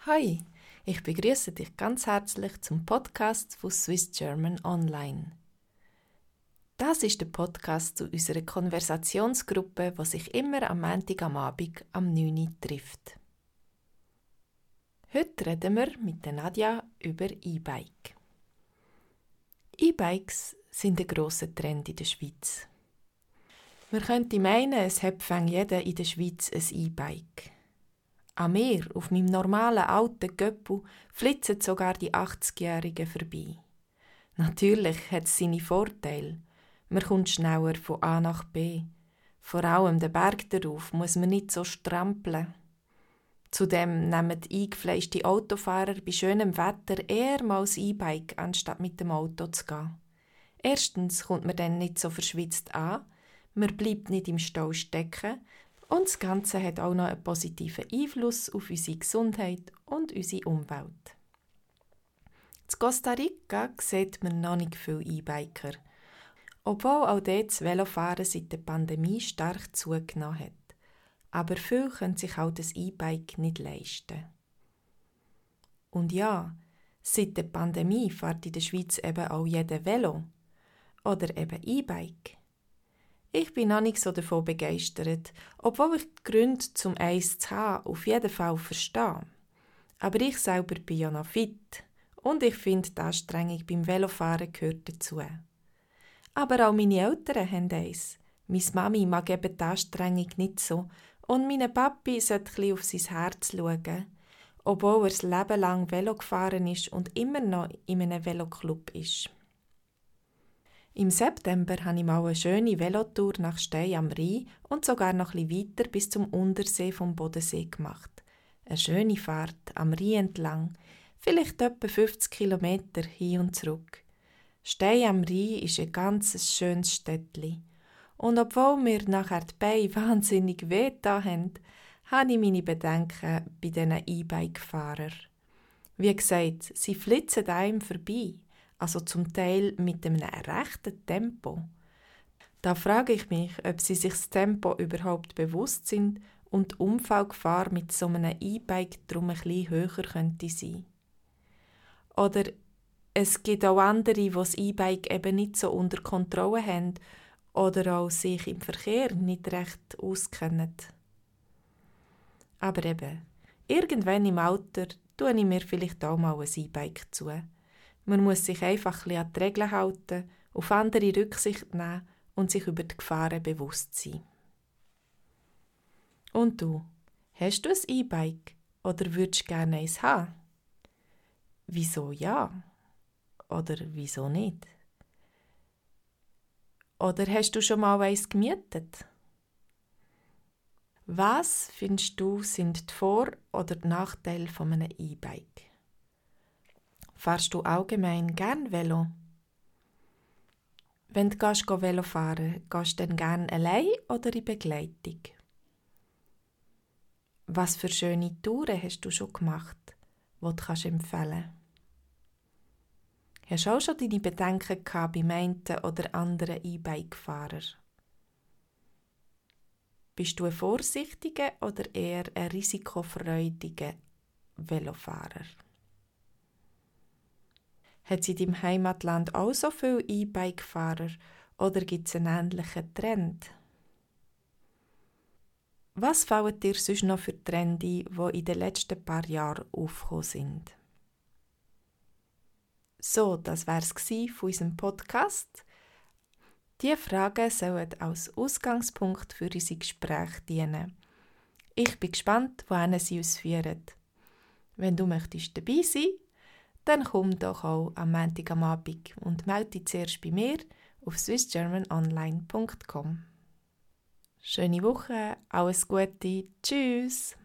Hi, ich begrüße dich ganz herzlich zum Podcast von Swiss German Online. Das ist der Podcast zu unserer Konversationsgruppe, die sich immer am Montag am Abend am 9 Uhr trifft. Heute reden wir mit der Nadja über E-Bike. E-Bikes sind ein grosser Trend in der Schweiz. Man könnte meinen, es hat jeder in der Schweiz ein E-Bike. An mir, auf meinem normalen alten Göppel, flitzen sogar die 80-Jährigen vorbei. Natürlich hat es seine Vorteile. Man kommt schneller von A nach B. Vor allem den Berg darauf muss man nicht so strampeln. Zudem nehmen eingefleischte Autofahrer bei schönem Wetter eher mal das E-Bike, anstatt mit dem Auto zu gehen. Erstens kommt man dann nicht so verschwitzt an, man bleibt nicht im Stau stecken, und das Ganze hat auch noch einen positiven Einfluss auf unsere Gesundheit und unsere Umwelt. In Costa Rica sieht man noch nicht viele E-Biker, obwohl auch dort das Velofahren seit der Pandemie stark zugenommen hat. Aber viele können sich auch das E-Bike nicht leisten. Und ja, seit der Pandemie fährt in der Schweiz eben auch jeder Velo oder eben E-Bike. Ich bin noch nicht so davon begeistert, obwohl ich die Gründe zum Eis zu haben auf jeden Fall verstehe. Aber ich selber bin ja noch fit und ich finde, die Anstrengung beim Velofahren gehört dazu. Aber auch meine Eltern haben eins. Meine Mami mag eben die Anstrengung nicht so und mein Papi sollte ein bisschen auf sein Herz schauen, obwohl er das Leben lang Velo gefahren ist und immer noch in einem Veloclub ist. Im September habe ich mal eine schöne Velotour nach Stey am Rhein und sogar noch ein bisschen weiter bis zum Untersee vom Bodensee gemacht. Eine schöne Fahrt am Rhein entlang, vielleicht etwa 50 Kilometer hin und zurück. Stey am Rhein ist ein ganz schönes Städtli. Und obwohl mir nachher die Beine wahnsinnig wehgetan haben, habe ich meine Bedenken bei diesen E-Bike-Fahrern. Wie gesagt, sie flitzen einem vorbei. Also zum Teil mit einem rechten Tempo. Da frage ich mich, ob sie sich das Tempo überhaupt bewusst sind und die Unfallgefahr mit so einem E-Bike darum ein bisschen höher könnte sein. Oder es gibt auch andere, die das E-Bike eben nicht so unter Kontrolle haben oder auch sich im Verkehr nicht recht auskennen. Aber eben, irgendwann im Alter tue ich mir vielleicht auch mal ein E-Bike zu. Man muss sich einfach ein bisschen an die Regeln halten, auf andere Rücksicht nehmen und sich über die Gefahren bewusst sein. Und du, hast du ein E-Bike oder würdest gerne eins haben? Wieso ja? Oder wieso nicht? Oder hast du schon mal eins gemietet? Was findest du sind die Vor- oder die Nachteile von einem E-Bike? Fahrst du allgemein gern Velo? Wenn du Velo fahren gehst du dann gern allein oder in Begleitung? Was für schöne Touren hast du schon gemacht, die du empfehlen kannst? Hast du auch schon deine Bedenken gehabt beim einen oder anderen E-Bike-Fahrer? Bist du ein vorsichtiger oder eher ein risikofreudiger Velofahrer? Hat es in deinem Heimatland auch so viele E-Bike-Fahrer oder gibt es einen ähnlichen Trend? Was fallen dir sonst noch für Trends ein, die in den letzten paar Jahren aufgekommen sind? So, das war es von unserem Podcast. Diese Fragen sollen als Ausgangspunkt für unsere Gespräche dienen. Ich bin gespannt, wohin sie uns führen. Wenn du möchtest dabei sein, dann komm doch auch am Montag am Abend und melde dich zuerst bei mir auf swissgermanonline.com. Schöne Woche, alles Gute, tschüss!